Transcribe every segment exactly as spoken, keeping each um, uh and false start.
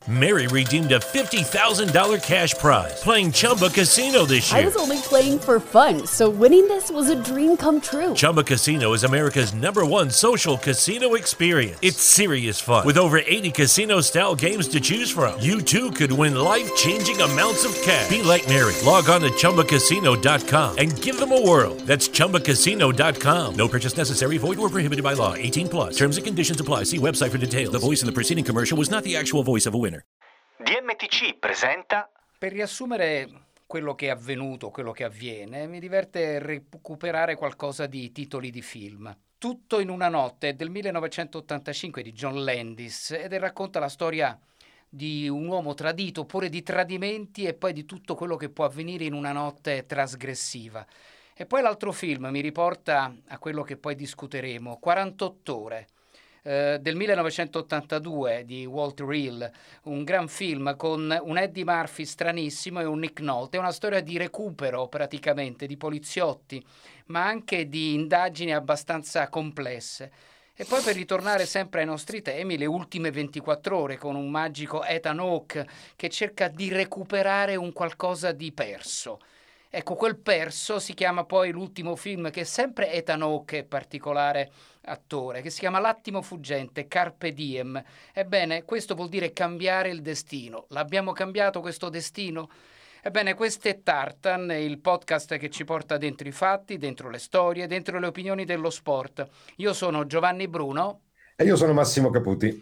Mary redeemed a fifty thousand dollars cash prize playing Chumba Casino this year. I was only playing for fun, so winning this was a dream come true. Chumba Casino is America's number one social casino experience. It's serious fun. With over eighty casino-style games to choose from, you too could win life-changing amounts of cash. Be like Mary. Log on to Chumba Casino dot com and give them a whirl. That's Chumba Casino dot com. No purchase necessary. Void or prohibited by law. eighteen plus. Terms and conditions apply. See website for details. The voice in the preceding commercial was not the actual voice of a winner. D M T C presenta. Per riassumere quello che è avvenuto, quello che avviene, mi diverte recuperare qualcosa di titoli di film. Tutto in una notte è del millenovecentottantacinque di John Landis ed racconta la storia di un uomo tradito, oppure di tradimenti e poi di tutto quello che può avvenire in una notte trasgressiva. E poi l'altro film mi riporta a quello che poi discuteremo, quarantotto ore. Uh, del millenovecentottantadue di Walt Reel, un gran film con un Eddie Murphy stranissimo e un Nick Nolte. È una storia di recupero praticamente, di poliziotti, ma anche di indagini abbastanza complesse. E poi, per ritornare sempre ai nostri temi, le ultime ventiquattro ore con un magico Ethan Hawke che cerca di recuperare un qualcosa di perso. Ecco, quel perso si chiama poi l'ultimo film, che è sempre Ethan Hawke, particolare attore, che si chiama L'attimo fuggente, Carpe Diem. Ebbene, questo vuol dire cambiare il destino. L'abbiamo cambiato questo destino? Ebbene, questo è Tartan, il podcast che ci porta dentro i fatti, dentro le storie, dentro le opinioni dello sport. Io sono Giovanni Bruno. E io sono Massimo Caputi.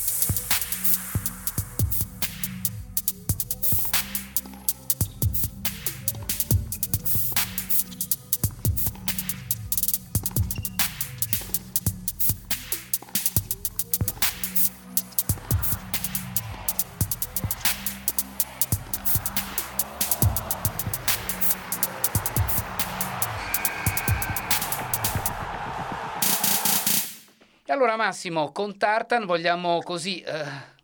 Allora Massimo, con Tartan vogliamo così, eh,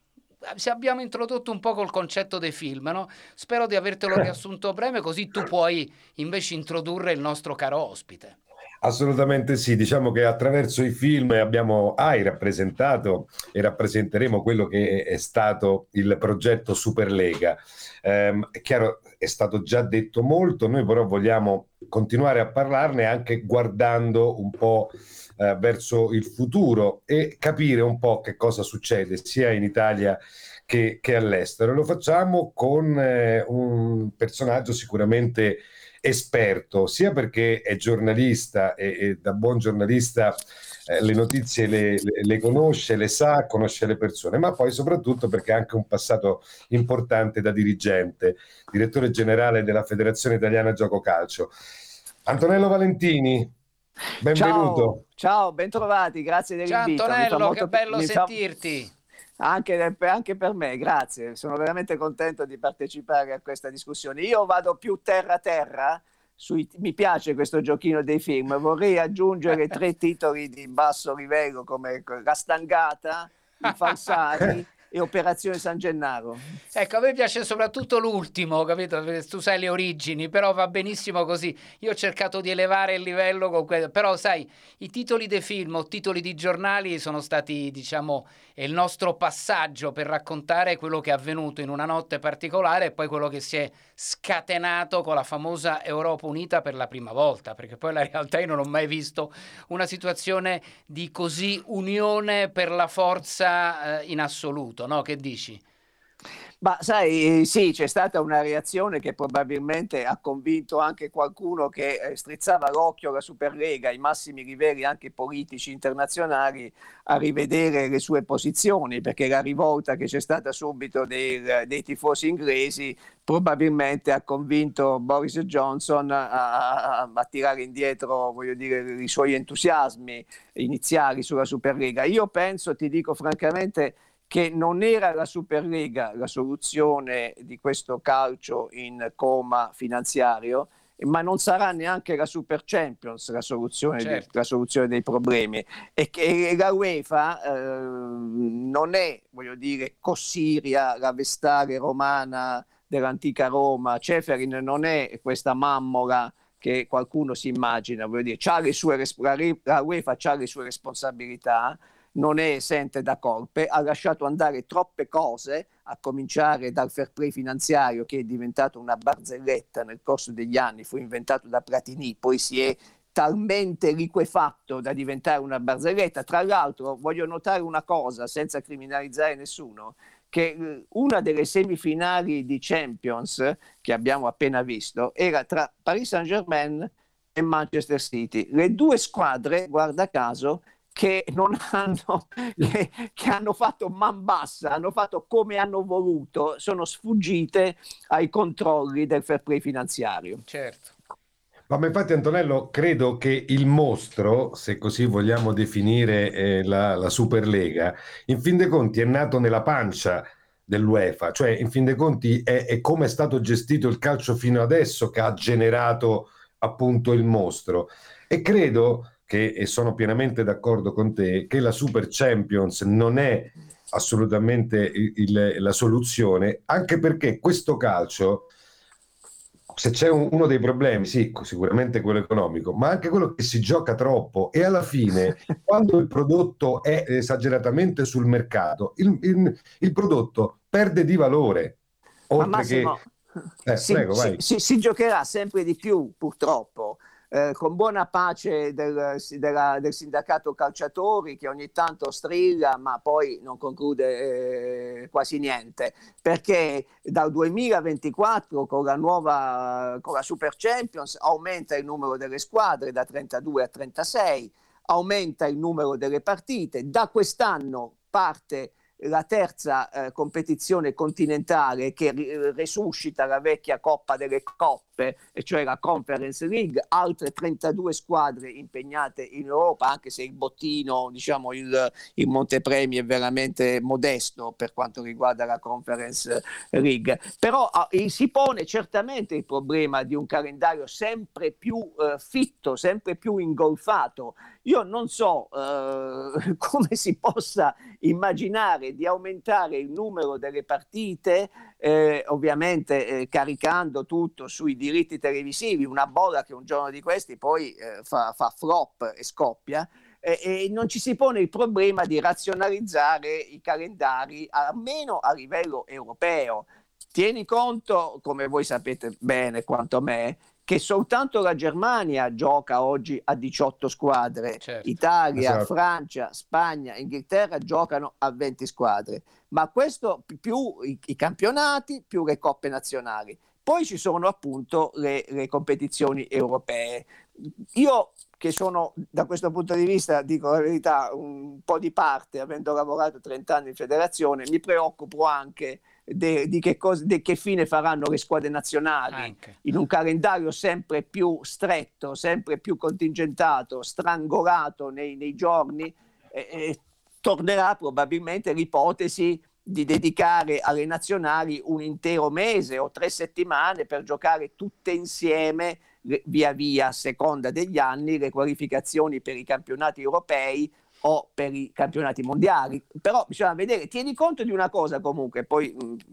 se abbiamo introdotto un po' col concetto dei film, no? Spero di avertelo riassunto breve, così tu puoi invece introdurre il nostro caro ospite. Assolutamente sì, diciamo che attraverso i film abbiamo, hai rappresentato e rappresenteremo quello che è stato il progetto Superlega. Eh, è chiaro, è stato già detto molto, noi però vogliamo continuare a parlarne anche guardando un po' eh, verso il futuro e capire un po' che cosa succede sia in Italia che, che all'estero. Lo facciamo con eh, un personaggio sicuramente esperto, sia perché è giornalista e, e da buon giornalista eh, le notizie le, le, le conosce, le sa, conosce le persone, ma poi soprattutto perché ha anche un passato importante da dirigente, direttore generale della Federazione Italiana Gioco Calcio. Antonello Valentini, benvenuto. Ciao, ciao, bentrovati, grazie dell'invito. Ciao Antonello, molto, che bello fa... sentirti. Anche, anche per me, grazie, sono veramente contento di partecipare a questa discussione. Io vado più terra terra, sui, mi piace questo giochino dei film, vorrei aggiungere tre titoli di basso livello come La Stangata, I Falsari e Operazione San Gennaro. Ecco, a me piace soprattutto l'ultimo, capito? Tu sai le origini, però va benissimo così. Io ho cercato di elevare il livello con quello, però sai, i titoli dei film o titoli di giornali sono stati, diciamo, il nostro passaggio per raccontare quello che è avvenuto in una notte particolare e poi quello che si è scatenato con la famosa Europa Unita per la prima volta, perché poi la realtà io non ho mai visto una situazione di così unione per la forza eh, in assoluto, no? Che dici? Ma sai, sì, c'è stata una reazione che probabilmente ha convinto anche qualcuno che eh, strizzava l'occhio alla Superlega, ai massimi livelli anche politici internazionali, a rivedere le sue posizioni, perché la rivolta che c'è stata subito dei, dei tifosi inglesi probabilmente ha convinto Boris Johnson a, a, a tirare indietro, voglio dire, i suoi entusiasmi iniziali sulla Superlega. Io penso, ti dico francamente, che non era la Superlega la soluzione di questo calcio in coma finanziario, ma non sarà neanche la Super Champions la soluzione, certo. di, la soluzione dei problemi, e che la UEFA eh, non è, voglio dire, Cossiria, la vestale romana dell'antica Roma. Ceferin non è questa mammola che qualcuno si immagina, voglio dire, c'ha le sue, la UEFA ha le sue responsabilità, non è esente da colpe, ha lasciato andare troppe cose, a cominciare dal fair play finanziario, che è diventato una barzelletta nel corso degli anni, fu inventato da Platini, poi si è talmente liquefatto da diventare una barzelletta. Tra l'altro voglio notare una cosa, senza criminalizzare nessuno, che una delle semifinali di Champions che abbiamo appena visto era tra Paris Saint-Germain e Manchester City, le due squadre, guarda caso, che non hanno che, che hanno fatto man bassa, hanno fatto come hanno voluto, sono sfuggite ai controlli del fair play finanziario. Certo. Ma infatti, Antonello, credo che il mostro, se così vogliamo definire eh, la, la Superlega, in fin dei conti è nato nella pancia dell'UEFA, cioè in fin dei conti è, è come è stato gestito il calcio fino adesso che ha generato appunto il mostro. E credo che, e sono pienamente d'accordo con te, che la Super Champions non è assolutamente il, il, la soluzione, anche perché questo calcio, se c'è un, uno dei problemi, sì, sicuramente quello economico, ma anche quello che si gioca troppo, e alla fine quando il prodotto è esageratamente sul mercato, il, il, il prodotto perde di valore. Oltre ma Massimo, che... eh, si, prego, vai. Si, si, si giocherà sempre di più, purtroppo, eh, con buona pace del, della, del sindacato calciatori, che ogni tanto strilla ma poi non conclude eh, quasi niente, perché dal duemilaventiquattro con la nuova con la Super Champions aumenta il numero delle squadre da trentadue a trentasei, aumenta il numero delle partite, da quest'anno parte la terza eh, competizione continentale che ri- resuscita la vecchia Coppa delle Coppe, e cioè la Conference League, altre trentadue squadre impegnate in Europa, anche se il bottino, diciamo il, il montepremi è veramente modesto per quanto riguarda la Conference League. Però eh, si pone certamente il problema di un calendario sempre più eh, fitto, sempre più ingolfato. Io non so eh, come si possa immaginare di aumentare il numero delle partite, eh, ovviamente eh, caricando tutto sui diritti televisivi, una bolla che un giorno di questi poi eh, fa, fa flop e scoppia, eh, e non ci si pone il problema di razionalizzare i calendari almeno a livello europeo. Tieni conto, come voi sapete bene quanto me, che soltanto la Germania gioca oggi a diciotto squadre, certo. Italia, esatto. Francia, Spagna, Inghilterra giocano a venti squadre, ma questo più i, i campionati, più le coppe nazionali. Poi ci sono appunto le, le competizioni europee. Io, che sono da questo punto di vista, dico la verità, un po' di parte, avendo lavorato trenta anni in federazione, mi preoccupo anche de, di che, cosa, di che fine faranno le squadre nazionali, anche in un calendario sempre più stretto, sempre più contingentato, strangolato nei, nei giorni. Eh, eh, tornerà probabilmente l'ipotesi di dedicare alle nazionali un intero mese o tre settimane per giocare tutte insieme, via via a seconda degli anni, le qualificazioni per i campionati europei o per i campionati mondiali. Però bisogna vedere, tieni conto di una cosa comunque, poi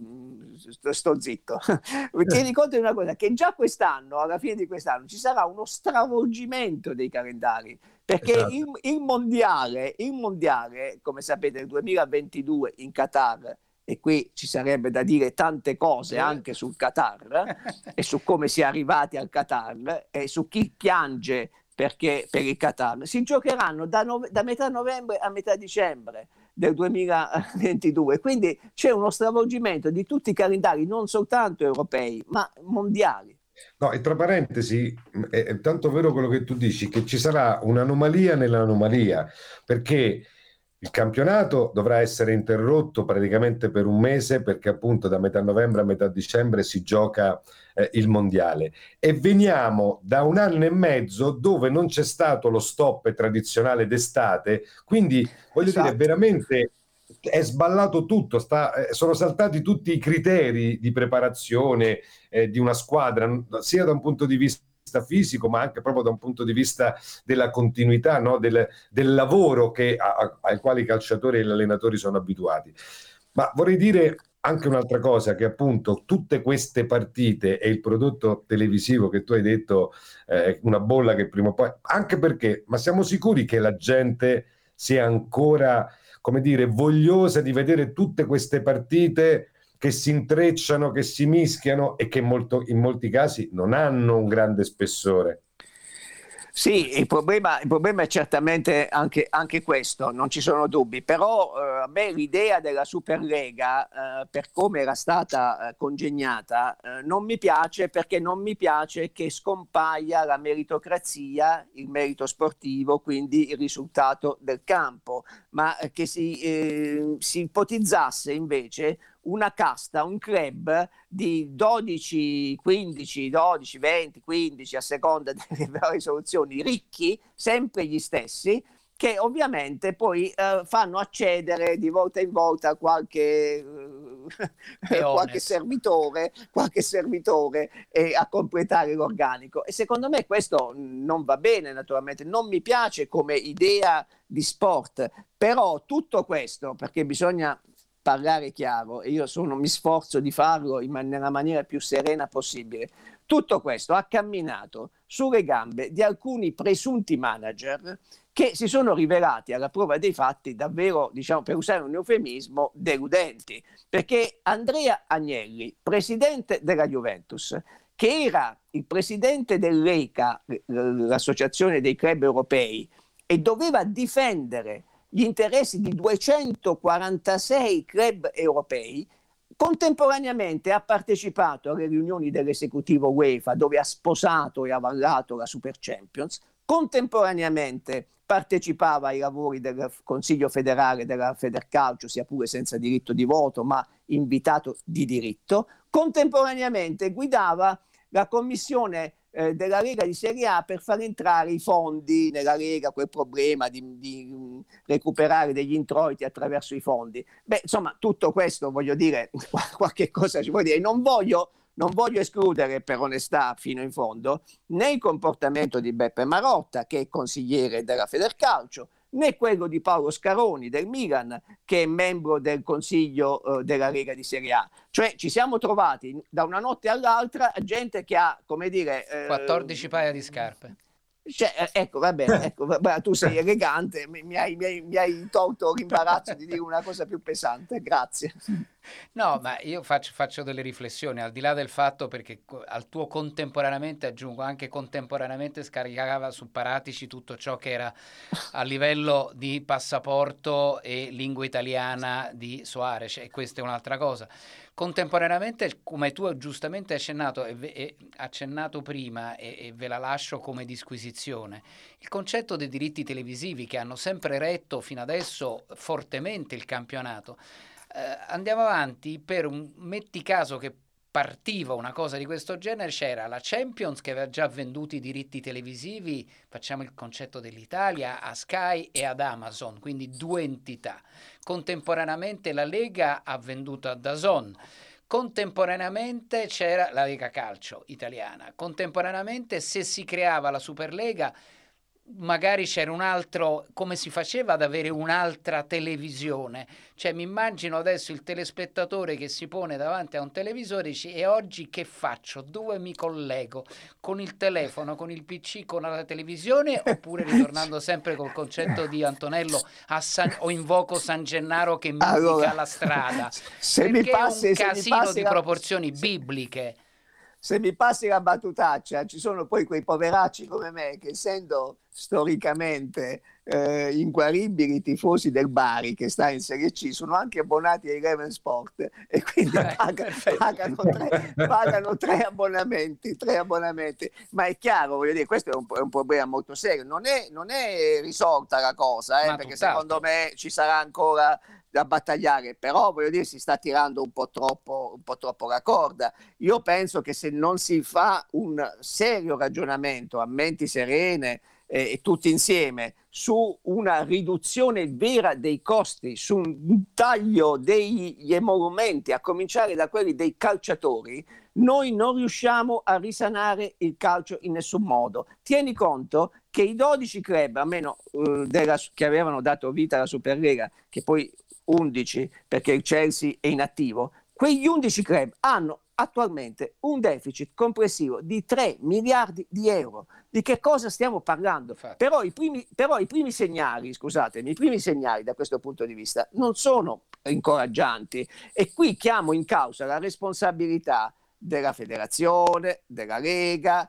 mh, sto zitto, tieni conto di una cosa, che già quest'anno, alla fine di quest'anno, ci sarà uno stravolgimento dei calendari, perché esatto. il, il mondiale, il mondiale, come sapete, nel duemilaventidue in Qatar, e qui ci sarebbe da dire tante cose anche sul Qatar e su come si è arrivati al Qatar e su chi piange perché per il Qatar, si giocheranno da, nove, da metà novembre a metà dicembre del duemilaventidue, quindi c'è uno stravolgimento di tutti i calendari, non soltanto europei ma mondiali. No, e tra parentesi, è, è tanto vero quello che tu dici, che ci sarà un'anomalia nell'anomalia, perché il campionato dovrà essere interrotto praticamente per un mese, perché appunto da metà novembre a metà dicembre si gioca eh, il mondiale, e veniamo da un anno e mezzo dove non c'è stato lo stop tradizionale d'estate, quindi voglio esatto. dire, veramente è sballato tutto, sta, eh, sono saltati tutti i criteri di preparazione eh, di una squadra, sia da un punto di vista fisico ma anche proprio da un punto di vista della continuità, no? del, del lavoro che, a, a, al quale i calciatori e gli allenatori sono abituati. Ma vorrei dire anche un'altra cosa, che appunto tutte queste partite e il prodotto televisivo che tu hai detto è eh, una bolla che prima o poi, anche perché, ma siamo sicuri che la gente sia ancora, come dire, vogliosa di vedere tutte queste partite che si intrecciano, che si mischiano e che molto, in molti casi non hanno un grande spessore. Sì, il problema, il problema è certamente anche, anche questo, non ci sono dubbi, però eh, a me l'idea della Superlega, eh, per come era stata eh, congegnata, eh, non mi piace, perché non mi piace che scompaia la meritocrazia, il merito sportivo, quindi il risultato del campo, ma eh, che si, eh, si ipotizzasse invece una casta, un club di dodici, quindici, dodici, venti, quindici a seconda delle varie soluzioni, ricchi, sempre gli stessi, che ovviamente poi eh, fanno accedere di volta in volta qualche, eh, qualche servitore, qualche servitore eh, a completare l'organico. E secondo me questo non va bene, naturalmente, non mi piace come idea di sport, però tutto questo, perché bisogna parlare chiaro, e io sono, mi sforzo di farlo in man- nella maniera più serena possibile. Tutto questo ha camminato sulle gambe di alcuni presunti manager che si sono rivelati alla prova dei fatti davvero, diciamo, per usare un eufemismo, deludenti, perché Andrea Agnelli, presidente della Juventus, che era il presidente dell'E C A, l'associazione dei club europei, e doveva difendere gli interessi di duecentoquarantasei club europei, contemporaneamente ha partecipato alle riunioni dell'esecutivo UEFA, dove ha sposato e avallato la Super Champions, contemporaneamente partecipava ai lavori del Consiglio federale della Federcalcio, sia pure senza diritto di voto, ma invitato di diritto, contemporaneamente guidava la commissione eh, della Lega di Serie A per far entrare i fondi nella Lega, quel problema di, di um, recuperare degli introiti attraverso i fondi. Beh, insomma, tutto questo, voglio dire, qualche cosa ci vuol dire. Non voglio, non voglio escludere, per onestà fino in fondo, né il comportamento di Beppe Marotta, che è consigliere della Federcalcio, né quello di Paolo Scaroni del Milan, che è membro del Consiglio eh, della Lega di Serie A. Cioè ci siamo trovati da una notte all'altra gente che ha, come dire... Eh, quattordici paia di scarpe. Cioè, ecco, va bene, ecco, va, tu sei elegante, mi, mi, hai, mi, hai, mi hai tolto l'imbarazzo di dire una cosa più pesante, grazie. No, ma io faccio, faccio delle riflessioni, al di là del fatto, perché al tuo contemporaneamente aggiungo anche contemporaneamente scaricava su Paratici tutto ciò che era a livello di passaporto e lingua italiana di Soares, e questa è un'altra cosa. Contemporaneamente, come tu giustamente hai accennato, e, e accennato prima, e, e ve la lascio come disquisizione, il concetto dei diritti televisivi che hanno sempre retto fino adesso fortemente il campionato. Eh, andiamo avanti, per un metti caso che partiva una cosa di questo genere, c'era la Champions che aveva già venduto i diritti televisivi, facciamo il concetto dell'Italia, a Sky e ad Amazon, quindi due entità. Contemporaneamente la Lega ha venduto a D A Z N, contemporaneamente c'era la Lega Calcio italiana, contemporaneamente se si creava la Superlega magari c'era un altro, come si faceva ad avere un'altra televisione, cioè mi immagino adesso il telespettatore che si pone davanti a un televisore e dice: e oggi che faccio? Dove mi collego? Con il telefono, con il P C, con la televisione, oppure ritornando sempre col concetto di Antonello a San, o invoco San Gennaro che mi allora, indica la strada, se perché mi passi, è un casino di la... proporzioni se... bibliche. Se mi passi la battutaccia, ci sono poi quei poveracci come me che, essendo storicamente eh, inguaribili tifosi del Bari che sta in Serie C, sono anche abbonati ai Eleven Sport e quindi eh, pagano, pagano, tre, pagano tre abbonamenti, tre abbonamenti. Ma è chiaro, voglio dire, questo è un, è un problema molto serio. Non è, non è risolta la cosa, eh, perché secondo me ci sarà ancora da battagliare, però voglio dire si sta tirando un po' troppo un po' troppo la corda. Io penso che se non si fa un serio ragionamento a menti serene eh, e tutti insieme su una riduzione vera dei costi, su un taglio degli emolumenti, a cominciare da quelli dei calciatori, noi non riusciamo a risanare il calcio in nessun modo. Tieni conto che i dodici club, almeno uh, della, che avevano dato vita alla Superlega, che poi undici perché il Chelsea è inattivo, quegli undici club hanno attualmente un deficit complessivo di tre miliardi di euro. Di che cosa stiamo parlando? Però i, primi, però i primi segnali, scusatemi, i primi segnali da questo punto di vista non sono incoraggianti. E qui chiamo in causa la responsabilità della federazione, della Lega,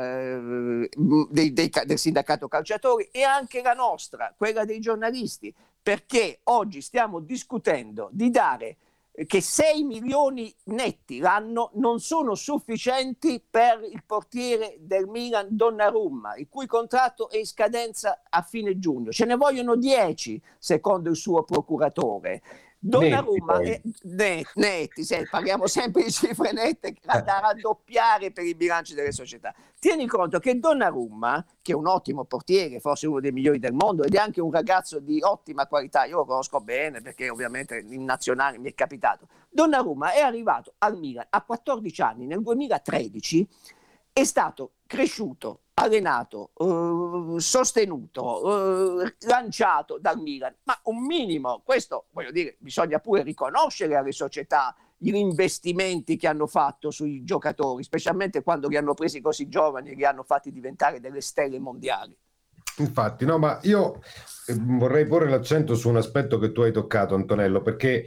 eh, dei, dei, del sindacato calciatori e anche la nostra, quella dei giornalisti, perché oggi stiamo discutendo di dare che sei milioni netti l'anno non sono sufficienti per il portiere del Milan Donnarumma, il cui contratto è in scadenza a fine giugno. Ce ne vogliono dieci secondo il suo procuratore. Donnarumma è, net, netti, sì, parliamo sempre di cifre nette da raddoppiare per i bilanci delle società. Tieni conto che Donnarumma, che è un ottimo portiere, forse uno dei migliori del mondo, ed è anche un ragazzo di ottima qualità, io lo conosco bene perché ovviamente in nazionale mi è capitato. Donnarumma è arrivato al Milan a quattordici anni, nel duemilatredici, è stato cresciuto, allenato, eh, sostenuto, eh, lanciato dal Milan, ma un minimo, questo voglio dire, bisogna pure riconoscere alle società gli investimenti che hanno fatto sui giocatori, specialmente quando li hanno presi così giovani e li hanno fatti diventare delle stelle mondiali. Infatti, no, ma io vorrei porre l'accento su un aspetto che tu hai toccato, Antonello, perché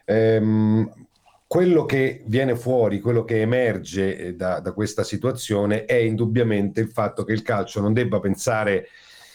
ehm, quello che viene fuori, quello che emerge da, da questa situazione è indubbiamente il fatto che il calcio non debba pensare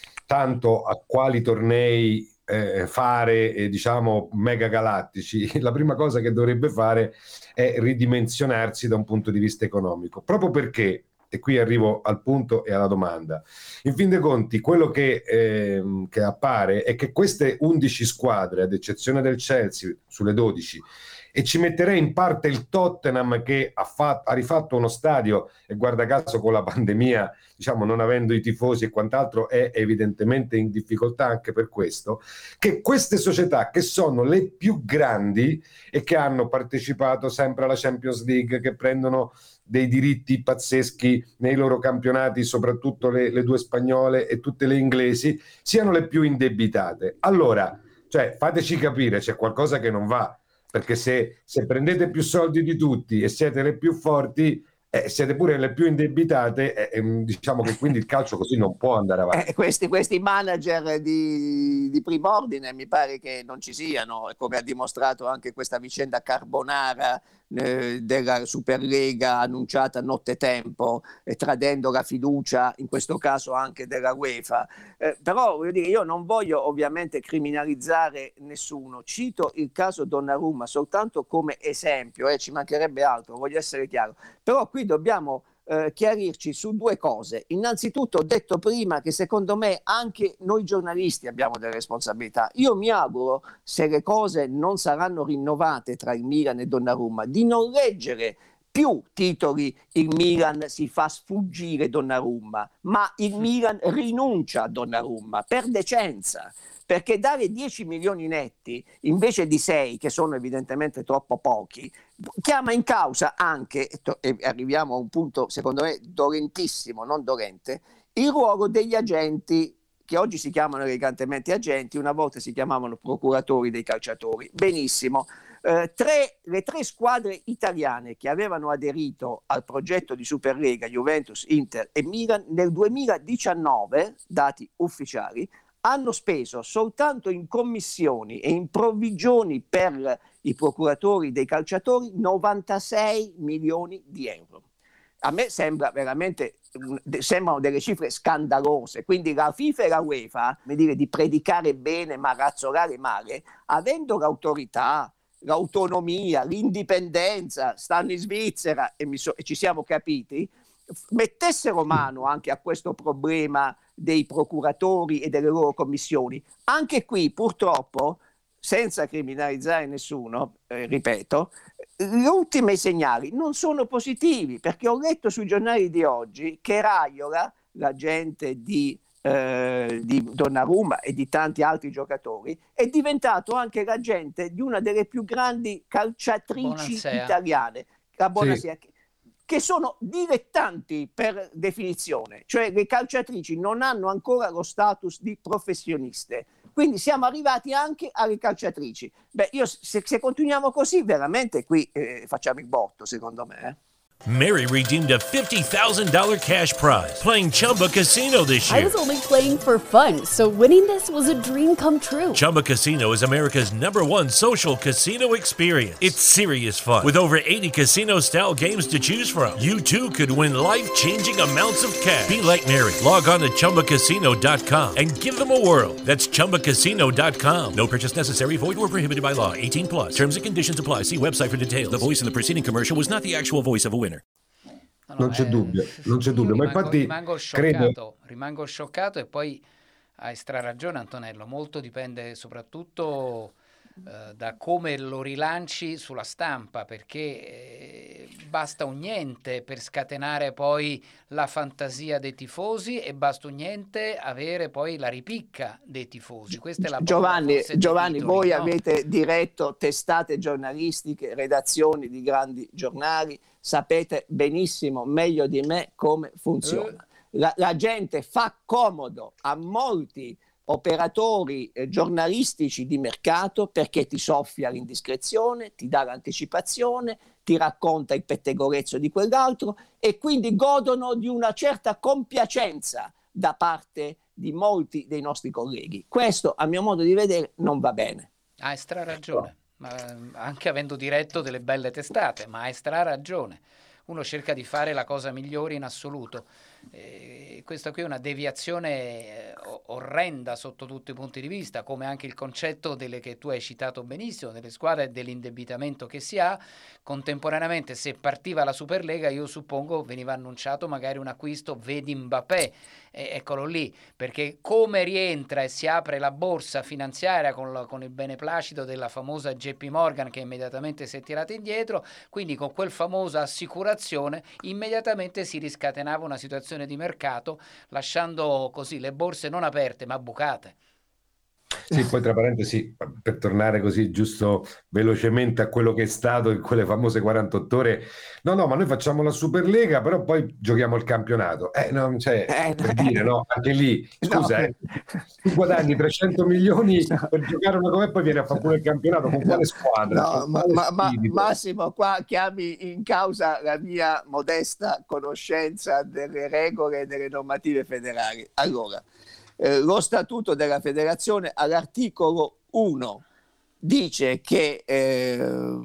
tanto a quali tornei eh, fare, eh, diciamo, mega galattici. La prima cosa che dovrebbe fare è ridimensionarsi da un punto di vista economico, proprio perché, e qui arrivo al punto e alla domanda, in fin dei conti quello che, eh, che appare è che queste undici squadre, ad eccezione del Chelsea sulle dodici, e ci metterei in parte il Tottenham che ha, fatto, ha rifatto uno stadio e guarda caso con la pandemia, diciamo, non avendo i tifosi e quant'altro, è evidentemente in difficoltà anche per questo, che queste società che sono le più grandi e che hanno partecipato sempre alla Champions League, che prendono dei diritti pazzeschi nei loro campionati, soprattutto le, le due spagnole e tutte le inglesi, siano le più indebitate. Allora, cioè, fateci capire, c'è qualcosa che non va. Perché se, se prendete più soldi di tutti e siete le più forti, eh, siete pure le più indebitate, eh, eh, diciamo che quindi il calcio così non può andare avanti. Eh, questi, questi manager di, di prim'ordine mi pare che non ci siano, come ha dimostrato anche questa vicenda Carbonara eh, della Superlega annunciata nottetempo, eh, tradendo la fiducia, in questo caso anche della UEFA. Eh, però voglio dire, io non voglio ovviamente criminalizzare nessuno, cito il caso Donnarumma soltanto come esempio, eh, ci mancherebbe altro, voglio essere chiaro, però qui dobbiamo eh, chiarirci su due cose. Innanzitutto ho detto prima che secondo me anche noi giornalisti abbiamo delle responsabilità. Io mi auguro, se le cose non saranno rinnovate tra il Milan e Donnarumma, di non leggere più titoli "il Milan si fa sfuggire Donnarumma", ma "il Milan rinuncia a Donnarumma", per decenza, perché dare dieci milioni netti invece di sei, che sono evidentemente troppo pochi, chiama in causa anche, e arriviamo a un punto secondo me dolentissimo, non dolente, il ruolo degli agenti, che oggi si chiamano elegantemente agenti, una volta si chiamavano procuratori dei calciatori. Benissimo. Eh, tre, le tre squadre italiane che avevano aderito al progetto di Superlega, Juventus, Inter e Milan, nel duemiladiciannove, dati ufficiali, hanno speso soltanto in commissioni e in provvigioni per i procuratori dei calciatori novantasei milioni di euro. A me sembra veramente, sembrano delle cifre scandalose, quindi la FIFA e la UEFA, come dire, di predicare bene ma razzolare male, avendo l'autorità, l'autonomia, l'indipendenza, stanno in Svizzera e, mi so, e ci siamo capiti, mettessero mano anche a questo problema dei procuratori e delle loro commissioni. Anche qui purtroppo, senza criminalizzare nessuno, eh, ripeto, gli ultimi segnali non sono positivi, perché ho letto sui giornali di oggi che Raiola, l'agente di Eh, di Donnarumma e di tanti altri giocatori, è diventato anche l'agente di una delle più grandi calciatrici Bonansea. italiane, la Bonansea, Sì. che, che sono dilettanti per definizione, cioè le calciatrici non hanno ancora lo status di professioniste, quindi siamo arrivati anche alle calciatrici. Beh, io se, se continuiamo così veramente qui eh, facciamo il botto, secondo me. Eh. Mary redeemed a fifty thousand dollars cash prize playing Chumba Casino this year. I was only playing for fun, so winning this was a dream come true. Chumba Casino is America's number one social casino experience. It's serious fun. With over eighty casino-style games to choose from, you too could win life-changing amounts of cash. Be like Mary. Log on to Chumba Casino dot com and give them a whirl. That's Chumba Casino dot com. No purchase necessary. Void or prohibited by law. eighteen plus. Terms and conditions apply. See website for details. The voice in the preceding commercial was not the actual voice of a winner. No, no, non c'è eh, dubbio, non c'è dubbio, ma rimango, infatti rimango scioccato, credo... rimango scioccato e poi hai straragione Antonello, molto dipende soprattutto eh, da come lo rilanci sulla stampa, perché eh, basta un niente per scatenare poi la fantasia dei tifosi e basta un niente avere poi la ripicca dei tifosi. Questa è la Giovanni, forse Giovanni titoli, voi no? avete diretto testate giornalistiche, redazioni di grandi giornali, sapete benissimo, meglio di me, come funziona. La, la gente fa comodo a molti operatori eh, giornalistici di mercato perché ti soffia l'indiscrezione, ti dà l'anticipazione, ti racconta il pettegolezzo di quell'altro e quindi godono di una certa compiacenza da parte di molti dei nostri colleghi. Questo, a mio modo di vedere, non va bene. Hai stra ragione, ma anche avendo diretto delle belle testate, ma hai stra ragione. Uno cerca di fare la cosa migliore in assoluto. Eh, questa qui è una deviazione eh, orrenda sotto tutti i punti di vista, come anche il concetto delle che tu hai citato benissimo, delle squadre e dell'indebitamento che si ha. Contemporaneamente, se partiva la Superlega, io suppongo veniva annunciato magari un acquisto, vedi Mbappé, eh, eccolo lì, perché come rientra e si apre la borsa finanziaria con, la, con il beneplacito della famosa J P Morgan che immediatamente si è tirata indietro, quindi con quel famosa assicurazione immediatamente si riscatenava una situazione di mercato, lasciando così le borse non aperte ma bucate. Sì, poi tra parentesi, per tornare così giusto velocemente a quello che è stato in quelle famose quarantotto ore, no no, ma noi facciamo la Superlega, però poi giochiamo il campionato. Eh, no, cioè, Eh, per dire, no, anche lì, scusa, no. eh, tu guadagni trecento milioni per giocare una come e poi vieni a fare pure il campionato, con quale squadra? No, Con ma, quale ma- ma- spirito? Massimo, qua chiami in causa la mia modesta conoscenza delle regole e delle normative federali. Allora, eh, lo statuto della federazione all'articolo uno dice che eh,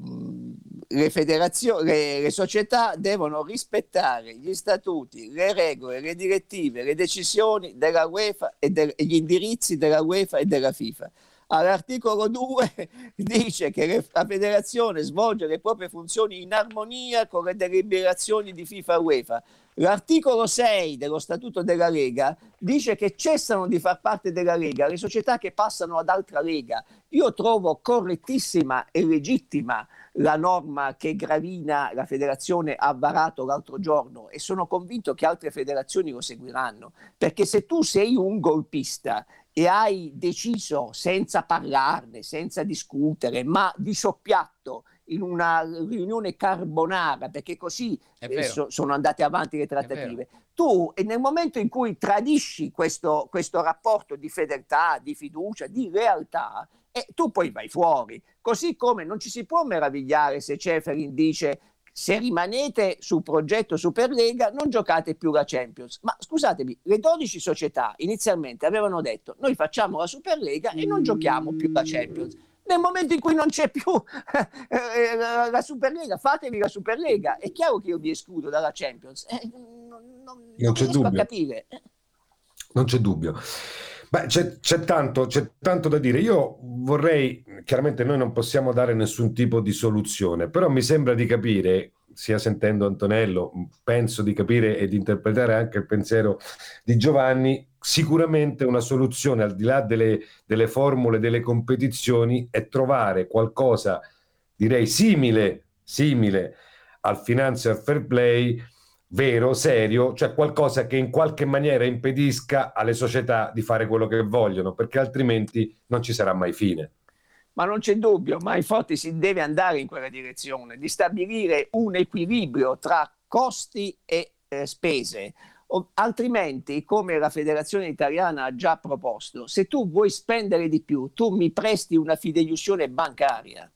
le, federazioni, le, le società devono rispettare gli statuti, le regole, le direttive, le decisioni della UEFA e, del, e gli indirizzi della UEFA e della FIFA. All'articolo due dice che le, la federazione svolge le proprie funzioni in armonia con le deliberazioni di FIFA e UEFA. L'articolo sei dello Statuto della Lega dice che cessano di far parte della Lega le società che passano ad altra Lega. Io trovo correttissima e legittima la norma che Gravina, la federazione, ha varato l'altro giorno e sono convinto che altre federazioni lo seguiranno, perché se tu sei un golpista e hai deciso senza parlarne, senza discutere, ma di soppiatto in una riunione carbonara, perché così eh, so, sono andate avanti le trattative, tu e nel momento in cui tradisci questo, questo rapporto di fedeltà, di fiducia, di lealtà, eh, tu poi vai fuori. Così come non ci si può meravigliare se Ceferin dice: se rimanete sul progetto Superlega non giocate più la Champions. Ma scusatemi, le dodici società inizialmente avevano detto: noi facciamo la Superlega e non giochiamo più la Champions. Nel momento in cui non c'è più eh, la, la Superlega, fatevi la Superlega. È chiaro che io vi escludo dalla Champions. Eh, non, non, non c'è riesco dubbio. a capire. Non c'è dubbio. Beh, c'è, c'è tanto, c'è tanto da dire. Io vorrei, chiaramente noi non possiamo dare nessun tipo di soluzione, però mi sembra di capire, sia sentendo Antonello, penso di capire e di interpretare anche il pensiero di Giovanni, sicuramente una soluzione al di là delle, delle formule, delle competizioni, è trovare qualcosa, direi, simile, simile al financial fair play, vero, serio, cioè qualcosa che in qualche maniera impedisca alle società di fare quello che vogliono, perché altrimenti non ci sarà mai fine. Ma non c'è dubbio, ma infatti si deve andare in quella direzione, di stabilire un equilibrio tra costi e eh, spese. O, altrimenti, come la Federazione Italiana ha già proposto, se tu vuoi spendere di più, tu mi presti una fideiussione bancaria.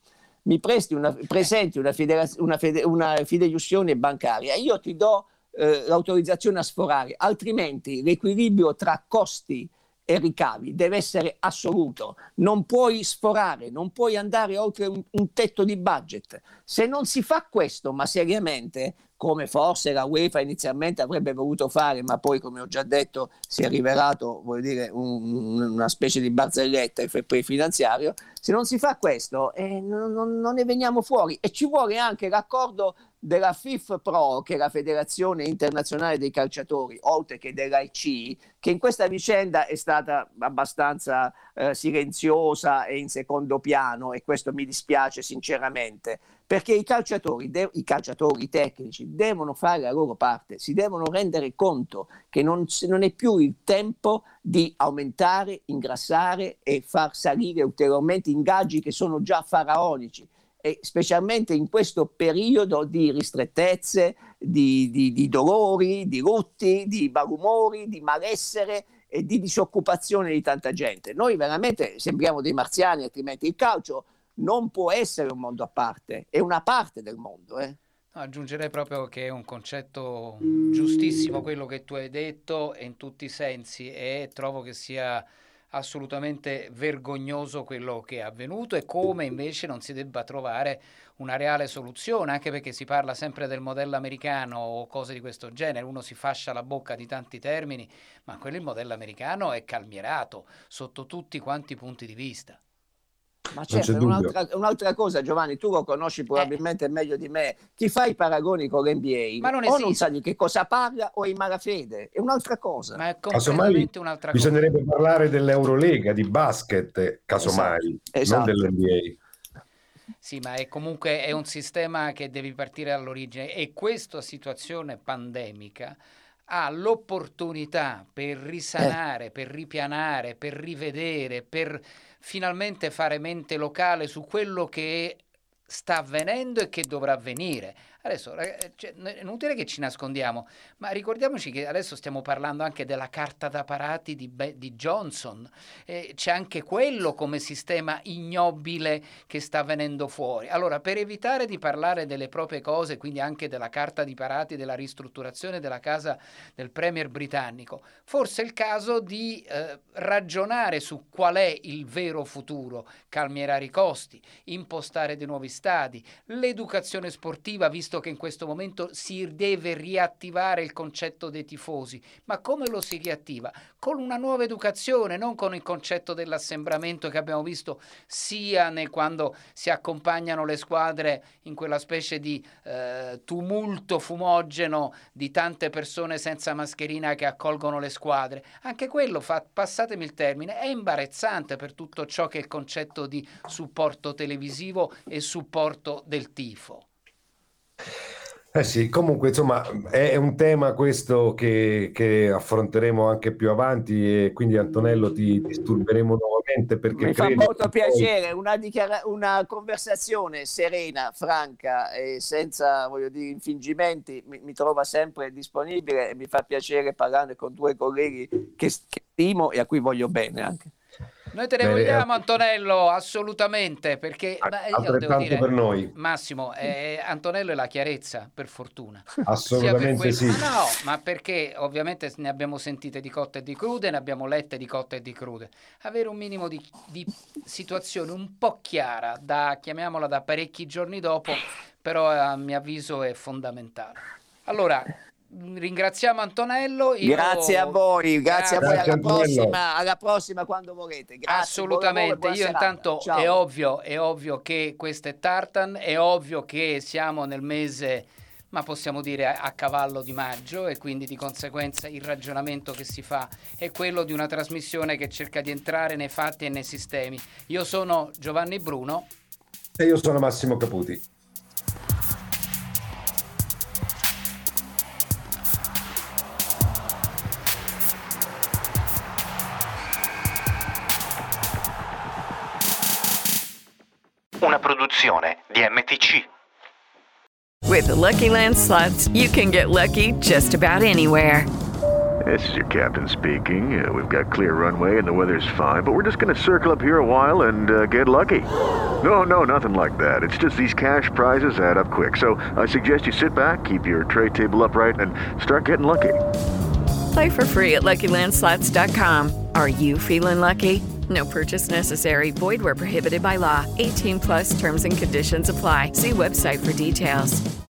mi presti una, presenti una, federaz- una, fede- una fideiussione bancaria, io ti do eh, l'autorizzazione a sforare, altrimenti l'equilibrio tra costi e ricavi deve essere assoluto, non puoi sforare, non puoi andare oltre un, un tetto di budget. Se non si fa questo, ma seriamente, come forse la UEFA inizialmente avrebbe voluto fare, ma poi, come ho già detto, si è rivelato, voglio dire, un, una specie di barzelletta, il fair play finanziario, se non si fa questo eh, non, non, non ne veniamo fuori, e ci vuole anche l'accordo della F I F Pro, che è la Federazione Internazionale dei Calciatori, oltre che dell'A I C, che in questa vicenda è stata abbastanza eh, silenziosa e in secondo piano, e questo mi dispiace sinceramente, perché i calciatori, de- i calciatori tecnici devono fare la loro parte, si devono rendere conto che non, non è più il tempo di aumentare, ingrassare e far salire ulteriormente ingaggi che sono già faraonici, e specialmente in questo periodo di ristrettezze, di, di, di dolori, di lutti, di malumori, di malessere e di disoccupazione di tanta gente. Noi veramente sembriamo dei marziani, altrimenti il calcio non può essere un mondo a parte, è una parte del mondo. Eh. Aggiungerei proprio che è un concetto giustissimo quello che tu hai detto, e in tutti i sensi, e trovo che sia assolutamente vergognoso quello che è avvenuto, e come invece non si debba trovare una reale soluzione, anche perché si parla sempre del modello americano o cose di questo genere, uno si fascia la bocca di tanti termini, ma quello, il modello americano, è calmierato sotto tutti quanti i punti di vista. Ma certo, è un'altra, un'altra cosa, Giovanni, tu lo conosci probabilmente eh. meglio di me, chi fa i paragoni con l'N B A ma non o non sa di che cosa parla o è in malafede, è un'altra cosa. Ma è completamente un'altra cosa. Bisognerebbe parlare dell'Eurolega, di basket, casomai, esatto, non esatto. dell'N B A. Sì, ma è comunque è un sistema che devi partire dall'origine, e questa situazione pandemica ha l'opportunità per risanare, eh. per ripianare, per rivedere, per finalmente fare mente locale su quello che sta avvenendo e che dovrà avvenire. Adesso cioè, è inutile che ci nascondiamo, ma ricordiamoci che adesso stiamo parlando anche della carta da parati di, Be- di Johnson, eh, c'è anche quello come sistema ignobile che sta venendo fuori. Allora, per evitare di parlare delle proprie cose, quindi anche della carta di parati, della ristrutturazione della casa del premier britannico, forse è il caso di eh, ragionare su qual è il vero futuro, calmierare i costi, impostare dei nuovi stadi, l'educazione sportiva, visto che in questo momento si deve riattivare il concetto dei tifosi. Ma come lo si riattiva? Con una nuova educazione, non con il concetto dell'assembramento che abbiamo visto sia nel, quando si accompagnano le squadre in quella specie di eh, tumulto fumogeno di tante persone senza mascherina che accolgono le squadre. Anche quello, fa, passatemi il termine, è imbarazzante per tutto ciò che è il concetto di supporto televisivo e supporto del tifo. Eh sì, comunque insomma è un tema questo che, che affronteremo anche più avanti, e quindi Antonello ti disturberemo nuovamente, perché mi fa molto poi... piacere, una, dichiara- una conversazione serena, franca e senza, voglio dire, infingimenti, mi, mi trova sempre disponibile, e mi fa piacere parlare con due colleghi che, che stimo e a cui voglio bene anche. Noi te ne Beh, vogliamo, Antonello, assolutamente, perché ma io devo dire, per noi. Massimo, eh, Antonello è la chiarezza, per fortuna. Assolutamente per sì. Ma no, ma perché ovviamente ne abbiamo sentite di cotte e di crude, ne abbiamo lette di cotte e di crude. Avere un minimo di, di situazione un po' chiara, da, chiamiamola da parecchi giorni dopo, però a mio avviso è fondamentale. Allora... ringraziamo Antonello. Io... Grazie a voi, grazie, grazie a voi, alla prossima, alla prossima quando volete. Grazie, assolutamente. Io intanto è ovvio, è ovvio che questo è Tartan, è ovvio che siamo nel mese, ma possiamo dire a cavallo di maggio, e quindi di conseguenza il ragionamento che si fa è quello di una trasmissione che cerca di entrare nei fatti e nei sistemi. Io sono Giovanni Bruno e io sono Massimo Caputi. Una produzione di M T C. With the Lucky Land Slots, you can get lucky just about anywhere. This is your captain speaking. Uh, we've got clear runway and the weather's fine, but we're just going to circle up here a while and uh, get lucky. No, no, nothing like that. It's just these cash prizes add up quick. So I suggest you sit back, keep your tray table upright, and start getting lucky. Play for free at Lucky Land Slots dot com. Are you feeling lucky? No purchase necessary. Void where prohibited by law. eighteen plus terms and conditions apply. See website for details.